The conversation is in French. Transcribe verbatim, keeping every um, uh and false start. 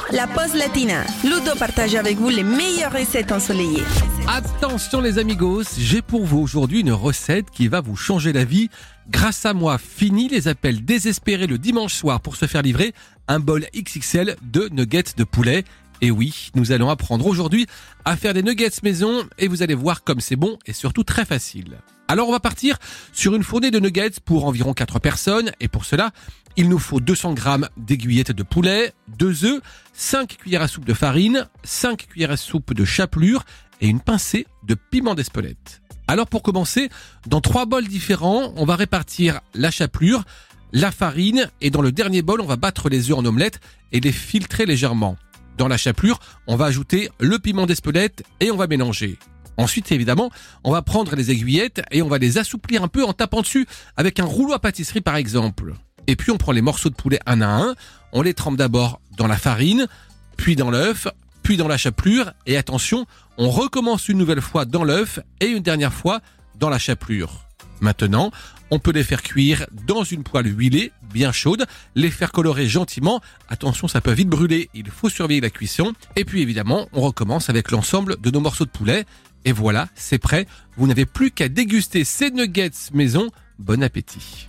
la pause latina. Ludo partage avec vous les meilleures recettes ensoleillées. Attention les amigos, j'ai pour vous aujourd'hui une recette qui va vous changer la vie. Grâce à moi, fini les appels désespérés le dimanche soir pour se faire livrer un bol X X L de nuggets de poulet. Et oui, nous allons apprendre aujourd'hui à faire des nuggets maison et vous allez voir comme c'est bon et surtout très facile. Alors on va partir sur une fournée de nuggets pour environ quatre personnes et pour cela, il nous faut deux cents grammes d'aiguillettes de poulet, deux œufs, cinq cuillères à soupe de farine, cinq cuillères à soupe de chapelure et une pincée de piment d'Espelette. Alors pour commencer, dans trois bols différents, on va répartir la chapelure, la farine et dans le dernier bol, on va battre les œufs en omelette et les filtrer légèrement. Dans la chapelure, on va ajouter le piment d'Espelette et on va mélanger. Ensuite, évidemment, on va prendre les aiguillettes et on va les assouplir un peu en tapant dessus avec un rouleau à pâtisserie par exemple. Et puis on prend les morceaux de poulet un à un, on les trempe d'abord dans la farine, puis dans l'œuf, puis dans la chapelure et attention, on recommence une nouvelle fois dans l'œuf et une dernière fois dans la chapelure. Maintenant, on peut les faire cuire dans une poêle huilée, bien chaude, les faire colorer gentiment. Attention, ça peut vite brûler, il faut surveiller la cuisson. Et puis évidemment, on recommence avec l'ensemble de nos morceaux de poulet. Et voilà, c'est prêt. Vous n'avez plus qu'à déguster ces nuggets maison. Bon appétit.